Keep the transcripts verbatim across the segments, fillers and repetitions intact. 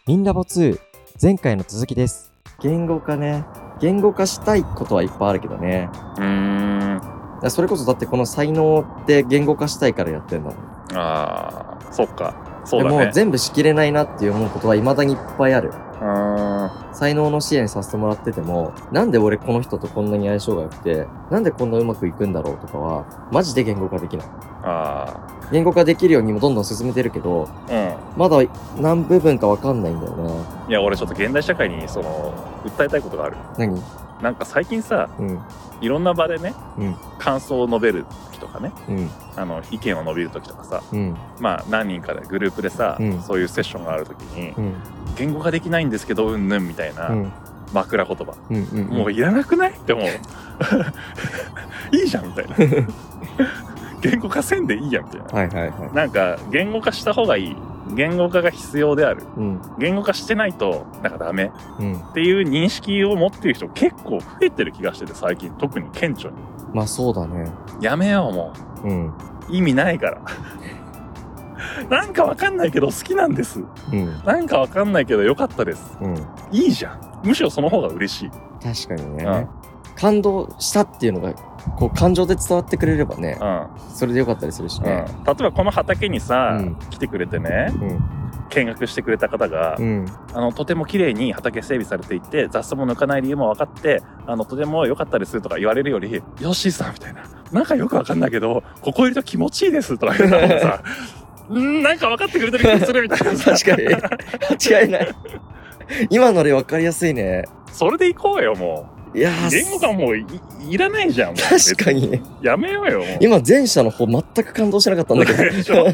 ミンラボツー、前回の続きです。言語化ね。言語化したいことはいっぱいあるけどね。 うーん。 だそれこそだってこの才能って言語化したいからやってんだもん。 ああ、そっか。そうだね。 でも全部しきれないなっていう思うことは未だにいっぱいある。 うーん。 才能の支援させてもらってても、なんで俺この人とこんなに相性が良くて、なんでこんなうまくいくんだろうとかは、マジで言語化できない。 あ言語化できるようにもどんどん進めてるけど、 あ。うん。 まだ何部分かわかんないんだよね。 いや、俺ちょっと現代社会に、その、訴えたいことがある。 何？ なんか最近さ、 うん。 いろんな場でね、 うん。 感想を述べる時とかね、 うん。 あの、意見を述べる時とかさ、 うん。 まあ何人かでグループでさ、 うん、 そういうセッションがある時に、 うん。 言語化できないんですけど、うんぬんみたいな、 うん。 枕言葉。 うん。うん。 もういらなくないって思う。いいじゃんみたいな。言語化せんでいいやんみたいな。 はいはいはい。 なんか言語化した方がいい。言語化が必要である。 うん。 言語化してないとなんかダメうん。 っていう認識を持ってる人結構増えてる気がしてて、最近特に顕著に。 まあそうだね。 やめようもうん。 う。意味ないから。なんかわかんないけど好きなんです。 うん。 なんかわかんないけど良かったです。 うん。 いいじゃん。むしろその方が嬉しい。 確かにね。 うん。 感動したっていうのが、こう感情で伝わってくれればね、 うん。 それでよかったりするしうん、 ね。 例えばこの畑にさ、 うん、 来てくれてね、 うん、 見学してくれた方が、 うん、 あのとても綺麗に畑整備されていて雑草も抜かない理由も分かってあのとても良かったですとか言われるよりヨッシーさんみたいな、なんかよく分かんないけどここいると気持ちいいですとか言った方がさんなんか分かってくれてる気がするみたいな確かに間違いない。今ので分かりやすいね。 それでいこうよ。もういや言語がもう い, いらないじゃん。もう確かにやめようよ。もう今前者の方全く感動しなかったんだけど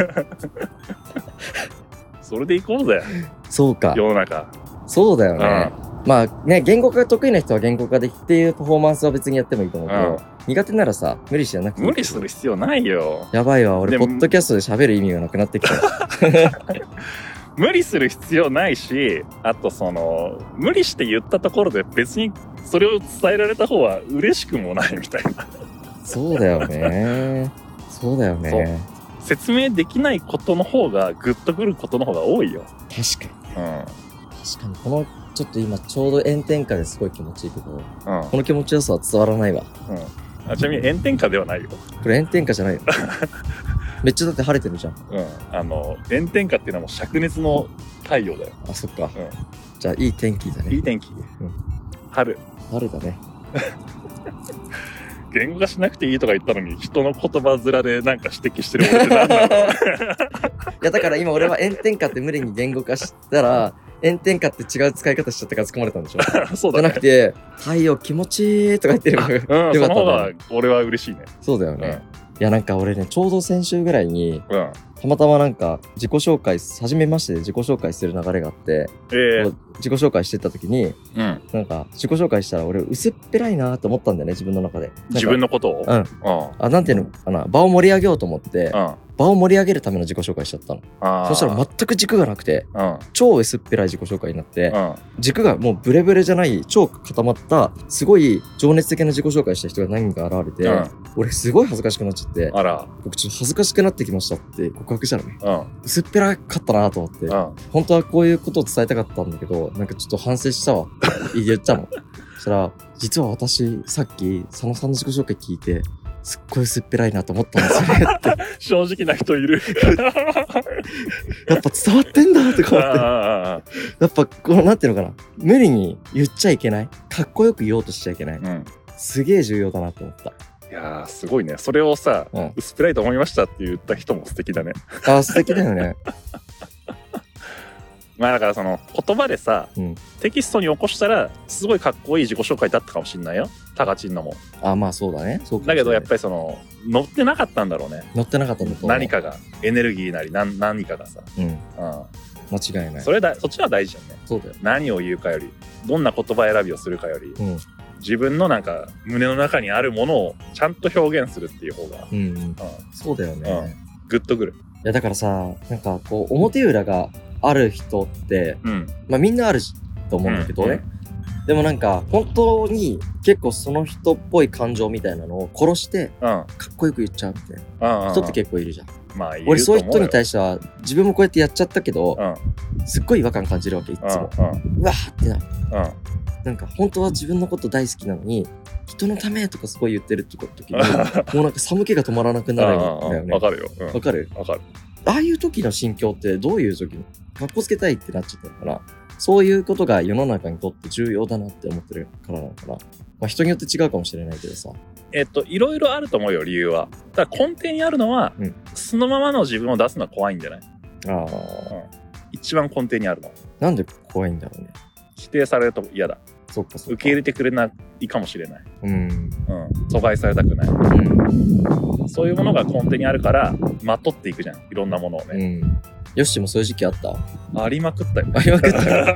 それでいこうぜ。 そうか、 世の中。 そうだよね。まあね、言語化が得意な人は言語化でっていうパフォーマンスは別にやってもいいと思うけど、うん、苦手ならさ無理しなくていい。 無理する必要ないよ。 やばいわ、俺ポッドキャストで喋る意味がなくなってきた無理する必要ないし、あとその無理して言ったところで別にそれを伝えられた方は嬉しくもないみたいな。 そうだよね。そうだよね。 説明できないことの方がグッとくることの方が多いよ。 確かに。 うん。 確かにこのちょっと今ちょうど炎天下ですごい気持ちいいけど、うん、 この気持ちよさは伝わらないわ。 うん。あ、ちなみに炎天下ではないよ。 これ炎天下じゃないよ。めっちゃだって晴れてるじゃん。 うん。あの炎天下っていうのはもう灼熱の太陽だよ。 あ、そっか。うん。じゃあいい天気だね。 いい天気。うん。春。 春だね。 言語化しなくていいとか言ったのに人の言葉面でなんか指摘してる俺って何なの？いやだから今俺は炎天下って無理に言語化したら炎天下って違う使い方しちゃったから突っ込まれたんでしょ。 そうだね。 じゃなくて太陽気持ちいいとか言ってればよかった、 うん、その方が俺は嬉しいね。 そうだよね。うん、いやなんか俺ねちょうど先週ぐらいに、うん、たまたまなんか自己紹介初めましてで自己紹介する流れがあって、えー、自己紹介してた時に、うん、なんか自己紹介したら俺薄っぺらいなと思ったんだよね、自分の中で。 自分のことを、 うん、あ、なんていうのかな、場を盛り上げようと思って、うん、場を盛り上げるための自己紹介しちゃったの。そしたら全く軸がなくて、うん、超薄っぺらい自己紹介になって、うん、軸がもうブレブレじゃない超固まったすごい情熱的な自己紹介した人が何人か現れて、うん、俺すごい恥ずかしくなっちゃって、あら僕ちょっと恥ずかしくなってきましたって告白したのね、うん、薄っぺらかったなと思って、うん、本当はこういうことを伝えたかったんだけどなんかちょっと反省したわって言ったの。そしたら実は私さっき佐野さんの自己紹介聞いてすっごい薄っぺらいなと思ったんですよねって正直な人いるやっぱ伝わってんだとか思ってやっぱこのなんていうのかな、無理に言っちゃいけない、かっこよく言おうとしちゃいけない、うん、すげえ重要だなと思った。 いやーすごいね。それをさ、うん、薄っぺらいと思いましたって言った人も素敵だね。 あー素敵だよね。 まあだからその言葉でさ、うん、テキストに起こしたらすごいかっこいい自己紹介だったかもしんないよ、タカチンのも。 あ、まあそうだね。そうだけどやっぱりその乗ってなかったんだろうね。 乗ってなかったんだと思う。 何かがエネルギーなり 何, 何かがさ、うん、うん、 間違いない。 それだ、そっちは大事じゃんね。 そうだよ。 何を言うかより、どんな言葉選びをするかより、うん、自分のなんか胸の中にあるものをちゃんと表現するっていう方が、うんうんうん、 そうだよね、 うん、グッとくる。 いやだからさ、なんかこう表裏がある人って、うん、まあみんなあると思うんだけどね、うんうん、 でもなんか本当に結構その人っぽい感情みたいなのを殺してかっこよく言っちゃうみたいな人って結構いるじゃん。まあ、俺そういう人に対しては自分もこうやってやっちゃったけど、うん、すっごい違和感感じるわけいつも、うんうん、うわーってなる、うん、なんか本当は自分のこと大好きなのに人のためとかすごい言ってるって時にもうなんか寒気が止まらなくなるんだよね。 わかるよ。わ、 うん、かるわかる。 ああいう時の心境ってどういう時にかっこつけたいってなっちゃったのかな。そういうことが世の中にとって重要だなって思ってるからなのかな。まあ人によって違うかもしれないけどさ。 えっと、いろいろあると思うよ、理由は。だから根底にあるのは、うん、そのままの自分を出すのは怖いんじゃない？ああ、うん。一番根底にあるの。 なんで怖いんだろうね。 否定されると嫌だ。 そっかそっか。 受け入れてくれないかもしれない。うん。うん。阻害されたくない。うん。そういうものが根底にあるから、まとっていくじゃん。いろんなものをね。うん。 よしもそういう時期あった？ ありまくったよ。 ありまくったよ。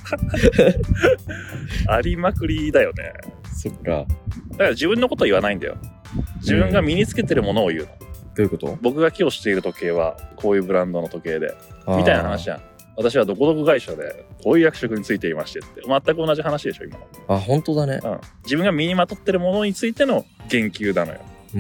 ありまくりだよね。 そっか。 だから自分のことは言わないんだよ。自分が身につけてるものを言うの。どういうこと？ 僕が今日している時計はこういうブランドの時計でみたいな話じゃん。私はどこどこ会社でこういう役職についていましてって全く同じ話でしょ今の。 あ、本当だね。 うん。自分が身にまとってるものについての言及なのよ。うん。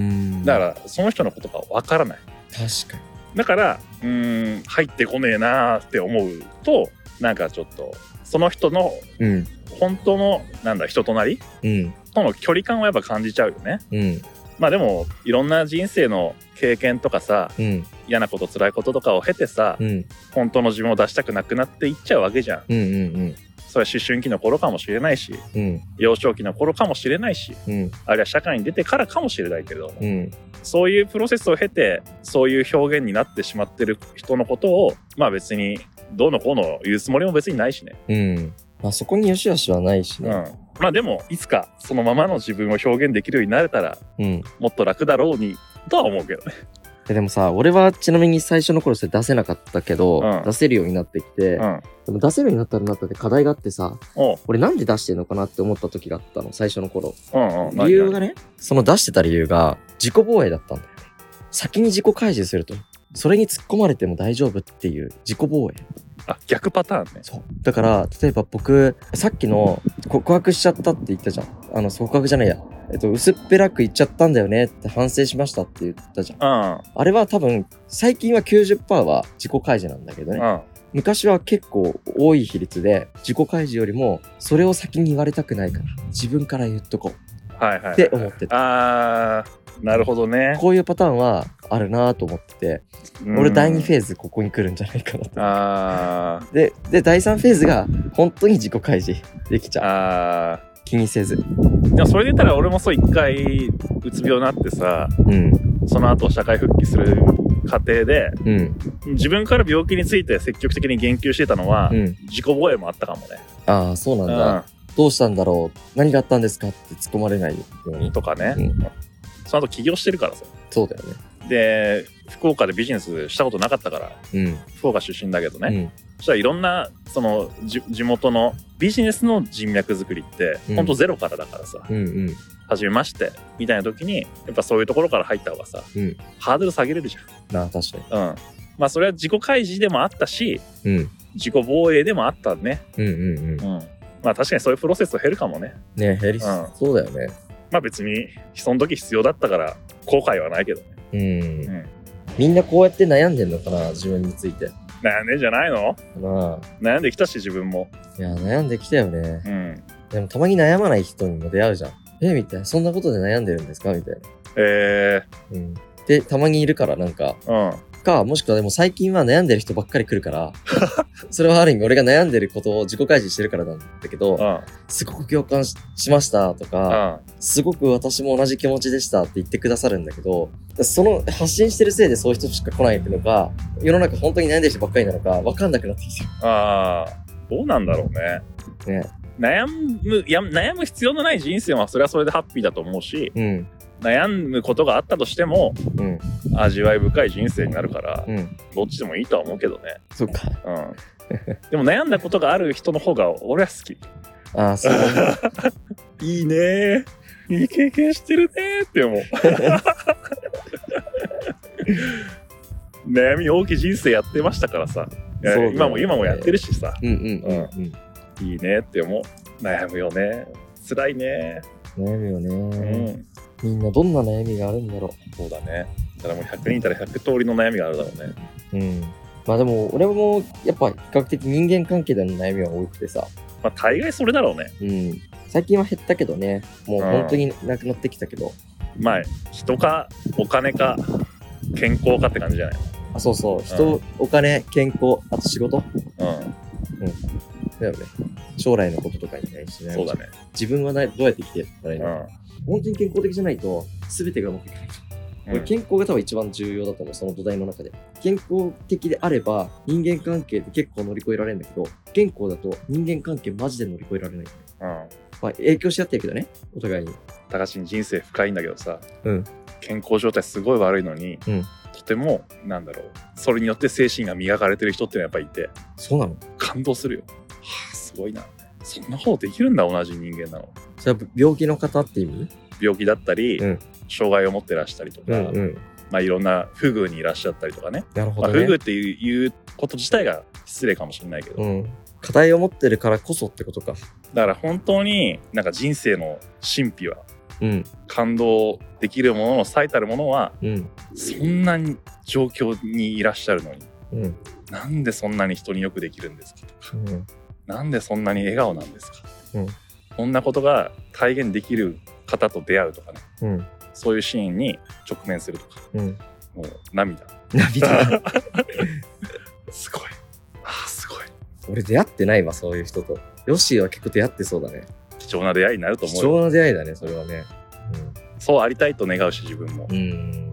だからその人のことがわからない。 確かに。 だからうーん入ってこねえなーって思うとなんかちょっとその人の本当のなんだ人となり、うん、との距離感をやっぱ感じちゃうよね。うん、まあでもいろんな人生の経験とかさ、うん、嫌なこと辛いこととかを経てさ、うん、本当の自分を出したくなくなっていっちゃうわけじゃん。うんうんうん、それは思春期の頃かもしれないし、うん、幼少期の頃かもしれないし、うん、あるいは社会に出てからかもしれないけど、うん、そういうプロセスを経てそういう表現になってしまってる人のことをまあ別にどうのこうの言うつもりも別にないしね。うん。 まあそこに良し悪しはないしね。うん。 まあでもいつかそのままの自分を表現できるようになれたら、うん、もっと楽だろうにとは思うけどね。 でもさ、俺はちなみに最初の頃それ出せなかったけど、うん、出せるようになってきて、うん、でも出せるようになったらなったで課題があってさ、俺なんで出してんのかなって思った時があったの、最初の頃。うんうん、理由がね、その出してた理由が自己防衛だったんだよね。先に自己開示すると、それに突っ込まれても大丈夫っていう自己防衛。 あ、逆パターンね。 そう。だから、例えば僕、さっきの告白しちゃったって言ったじゃん。あの、告白じゃないや。えっと、薄っぺらく言っちゃったんだよねって反省しましたって言ったじゃん。うん。あれは多分、最近は きゅうじゅっパーセント は自己開示なんだけどね。うん。昔は結構多い比率で、自己開示よりも、それを先に言われたくないから、自分から言っとこう。はいはい、はい。って思ってた。 あー。なるほどね。 こういうパターンはあるなと思ってて、俺だいにフェーズここに来るんじゃないかなと。あででだいさんフェーズが本当に自己開示できちゃう。あ気にせず。でもそれで言ったら俺もそう一回うつ病になってさ、うん、その後社会復帰する過程で、うん、自分から病気について積極的に言及してたのは、うん、自己防衛もあったかもね。 ああそうなんだ、うん。どうしたんだろう、何があったんですかって突っ込まれないようにとかね。うん、その後起業してるからさ。 そうだよね。 で福岡でビジネスしたことなかったから、うん、福岡出身だけどね、うん、そしたらいろんなその地元のビジネスの人脈作りって、うん、ほんとゼロからだからさ、うんうん、初めましてみたいな時にやっぱそういうところから入った方がさ、うん、ハードル下げれるじゃん。 なあ確かに。 うん。まあそれは自己開示でもあったし、うん、自己防衛でもあったね。うんうんうん。うん、まあ確かにそういうプロセスを経るかもね。 ね減り、うん、そうだよね。 まあ別にその時必要だったから後悔はないけどね。うん。 うん、みんなこうやって悩んでんのかな、自分について。 悩んでんじゃないの？なあ。悩んできたし自分も。 いや悩んできたよね。うん。でもたまに悩まない人にも出会うじゃん。えみたいな、そんなことで悩んでるんですかみたいな。ええー。うん。でたまにいるからなんか。うん。かもしくはでも最近は悩んでる人ばっかり来るからそれはある意味俺が悩んでることを自己開示してるからなんだけど、うん、すごく共感 し, しましたとか、うん、すごく私も同じ気持ちでしたって言ってくださるんだけど、その発信してるせいでそういう人しか来ないのか、世の中本当に悩んでる人ばっかりなのか分かんなくなってきてる。ああ、どうなんだろうね。ね、悩むいや悩む必要のない人生はそれはそれでハッピーだと思うし、うん、悩むことがあったとしても、うん、味わい深い人生になるから、うん、どっちでもいいとは思うけどね。 そっか。うん。 でも悩んだことがある人の方が俺は好き。 ああ、そうだね。 いいね。いい経験してるねって思う。悩み大きい人生やってましたからさ。今も今もやってるしさ。うんうんうん、うん。いいねって思う。 悩むよね。辛いね。 悩むよね、 うん、 みんなどんな悩みがあるんだろう。 そうだね。だからもうひゃくにんいたらひゃく通りの悩みがあるだろうね。 うん。まあでも俺もやっぱ比較的人間関係での悩みは多くてさ。 まあ大概それだろうね。 うん。最近は減ったけどね。もう本当になくなってきたけど。 うん、まあ人かお金か健康かって感じじゃない。 あ、そうそう。人、うん、お金、健康、あと仕事。うん。うん。だよね。将来のこととかにね。 そうだね。 自分はどうやって生きてたらいいの、うん、本当に健康的じゃないと全てがうまくいかない。うん、健康が多分一番重要だと思う、その土台の中で。健康的であれば人間関係って結構乗り越えられるんだけど、不健康だと人間関係マジで乗り越えられない。うん。まあ影響し合ってるけどね、お互いに。 高橋に人生深いんだけどさ、 うん、 健康状態すごい悪いのに、うん、とてもなんだろう、それによって精神が磨かれてる人ってのはやっぱりいて。 そうなの？ 感動するよ。はあ、すごいな。そんなことできるんだ、同じ人間なの。 それは病気の方って意味？ 病気だったり、うん、障害を持ってらしたりとか、うんうん、まあいろんな不遇にいらっしゃったりとかね。 なるほどね。 まあ、不遇っていう、いうこと自体が失礼かもしれないけど、うん、 課題を持ってるからこそってことか。 だから本当になんか人生の神秘は、うん、感動できるものの最たるものは、うん、そんなに状況にいらっしゃるのに、うん、なんでそんなに人によくできるんですかとか、うん、なんでそんなに笑顔なんですか、うん、こんなことが体現できる方と出会うとかね、うん、そういうシーンに直面するとか、うん、もう涙涙すごい、ああすごい。 俺出会ってないわ、そういう人と。ヨッシーは結構出会ってそうだね。 貴重な出会いになると思うよ。 貴重な出会いだね、それはね、 うん、そうありたいと願うし、自分も。 うん、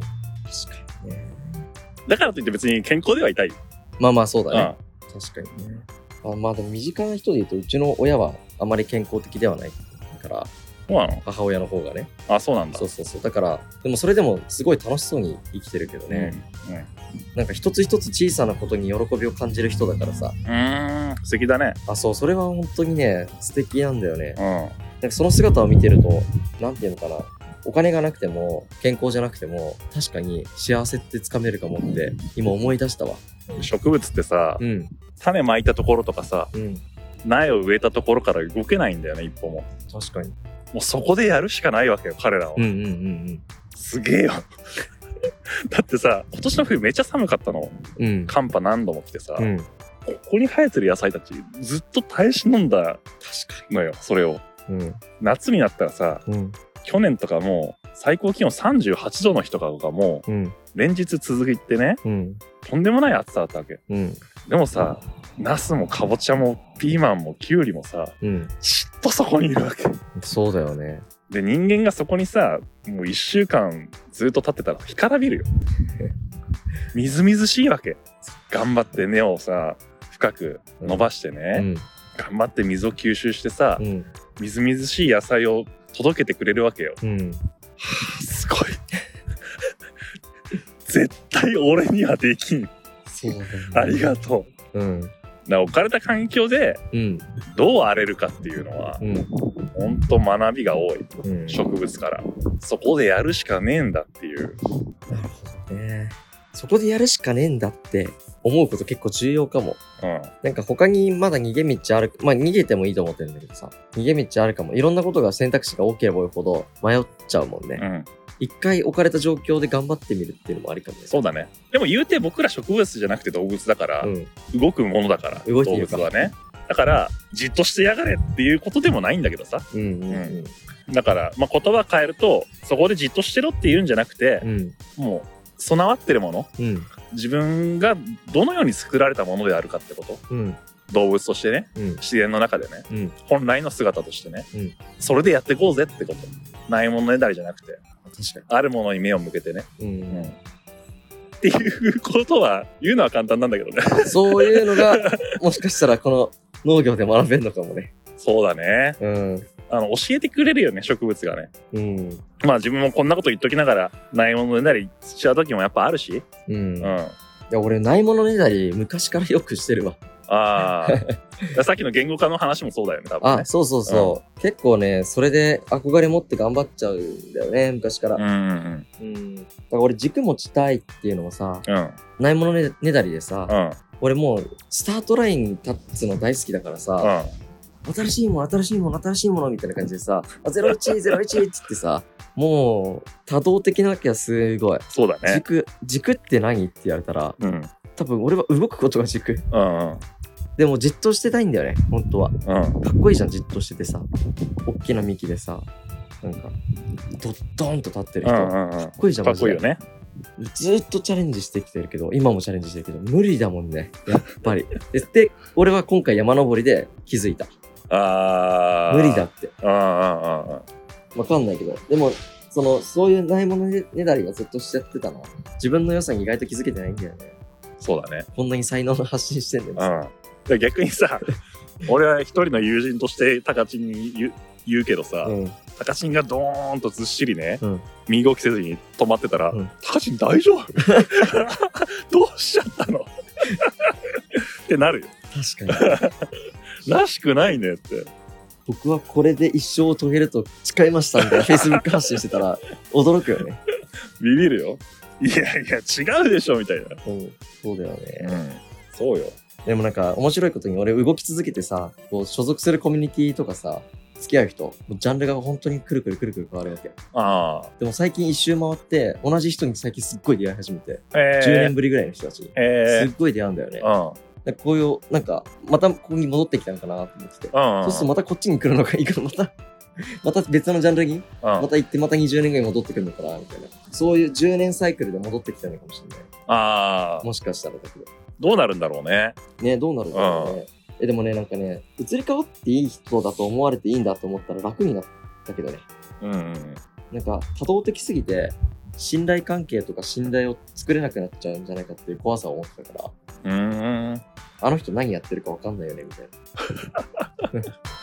確かにね。 だからといって別に健康ではいたい。 まあまあそうだね、うん、確かにね。あ、まあでも身近な人で言うと、うちの親はあまり健康的ではないから。 そうなの？ 母親の方がね。 あ、そうなんだ。 そうそうそう。だからでもそれでもすごい楽しそうに生きてるけどね、うんうん、なんか一つ一つ小さなことに喜びを感じる人だからさ。 うーん、素敵だね。 あ、そう、それは本当にね素敵なんだよね、うん、なんかその姿を見てると、なんていうのかな、お金がなくても健康じゃなくても確かに幸せってつかめるかもって今思い出したわ。 植物ってさ、うん、種まいたところとかさ、うん、苗を植えたところから動けないんだよね、一歩も。 確かに。 もうそこでやるしかないわけよ、彼らは。 うんうんうんうん。 すげえよ。だってさ、今年の冬めっちゃ寒かったの。うん、寒波何度も来てさ、うん、ここに生えてる野菜たちずっと耐え忍んだのよ、それを。うん、夏になったらさ、うん、去年とかもう最高気温さんじゅうはちどの日とかがもう連日続いてね、うん、とんでもない暑さだったわけ。うん、でもさ、ナスもカボチャもピーマンもキュウリもさ、うん、しっとそこにいるわけ。 そうだよね。 で、人間がそこにさ、もういっしゅうかんずっと立ってたら干からびるよ。みずみずしいわけ。頑張って根をさ深く伸ばしてね、うん、頑張って水を吸収してさ、うん、みずみずしい野菜を届けてくれるわけよ。うん、はあ、すごい。絶対俺にはできん。 そうだね、 ありがとう。うん、だ置かれた環境でどう荒れるかっていうのは、うん、ほんと学びが多い、うん、植物から。そこでやるしかねえんだっていう。なるほどね。そこでやるしかねえんだって思うこと結構重要かも。うん、なんか他にまだ逃げ道ある、まあ逃げてもいいと思ってるんだけどさ、逃げ道あるかも。いろんなことが選択肢が多ければ多いほど迷っちゃうもんね。うん、一回置かれた状況で頑張ってみるっていうのもありかもね。 そうだね。でも言うて僕ら植物じゃなくて動物だから、うん、動くものだから、 動いているか動物はね。だからじっとしてやがれっていうことでもないんだけどさ。うんうんうんうん、だから、まあ、言葉変えるとそこでじっとしてろって言うんじゃなくて、うん、もう備わってるもの、うん、自分がどのように作られたものであるかってこと、うん、動物としてね、うん、自然の中でね、うん、本来の姿としてね、うん、それでやっていこうぜってこと。ないものねだりじゃなくて、確かにあるものに目を向けてね、うんうん、っていうことは言うのは簡単なんだけどね。 そういうのがもしかしたらこの農業で学べるのかもね。 そうだね、うん、あの教えてくれるよね、植物がね、うん、まあ自分もこんなこと言っときながらないものねだりしちゃう時もやっぱあるし、うんうん、いや俺ないものねだり昔からよくしてるわ。 ああ、さっきの言語化の話もそうだよね、多分ね。 あ、そうそうそう、うん、結構ねそれで憧れ持って頑張っちゃうんだよね、昔から。うんうんうん、だから俺軸持ちたいっていうのもさ、うん、ないものねだりでさ、うん、俺もうスタートラインに立つの大好きだからさ、うん、 新しいもの新しいもの新しいものみたいな感じでさ、ゼロいちゼロいちっつってさ、もう多動的なわけはすごい。 そうだね。 軸軸って何って言われたら、うん、多分俺は動くことが軸。うんうん。でもじっとしてたいんだよね、本当は。うん。かっこいいじゃん、じっとしててさ、大きな幹でさ、なんかドッドーンと立ってる人、うんうんうん、かっこいいじゃん。 かっこいいよね。 ずっとチャレンジしてきてるけど、今もチャレンジしてるけど無理だもんね、やっぱり。で, で俺は今回山登りで気づいた。あー無理だって。あーあーあーわかんないけど、でもそのそういうないものねだりがずっとしちゃってたの。自分の良さに意外と気づけてないんだよね。 そうだね。 こんなに才能の発信してんだよ。 うん、逆にさ、俺は一人の友人としてタカチンに言う言うけどさ、うん、タカチンがドーンとずっしりね、うん、身動きせずに止まってたら、うん、タカチン大丈夫どうしちゃったのってなるよ。 確かにらしくないねって。 僕はこれで一生を遂げると誓いましたみたいな Facebook 発信してたら驚くよね。 ビビるよ。いやいや違うでしょみたいな。 うん、そうだよね、うん、 そうよ。 でもなんか面白いことに俺動き続けてさ、こう所属するコミュニティとかさ、付き合う人、ジャンルが本当にくるくるくるくる変わるわけ。ああ。でも最近一周回って同じ人に最近すっごい出会い始めて、えー、じゅうねんぶりぐらいの人たちに、えー、すっごい出会うんだよね。うん、こういうなんかまたここに戻ってきたのかなと思ってて、うんうん、そうするとまたこっちに来るのかいいかまたまた別のジャンルにまた行ってまたにじゅうねんぐらい戻ってくるのかなみたいな、そういうじゅうねんサイクルで戻ってきたのかもしれない。ああ。もしかしたらだけど。 どうなるんだろうね。 ね、どうなるんだろうね。え、でもね、なんかね、移り変わっていい人だと思われていいんだと思ったら楽になったけどね。うん、うん。なんか多動的すぎて信頼関係とか信頼を作れなくなっちゃうんじゃないかっていう怖さを思ってたから。うーん。あの人何やってるか分かんないよねみたいな。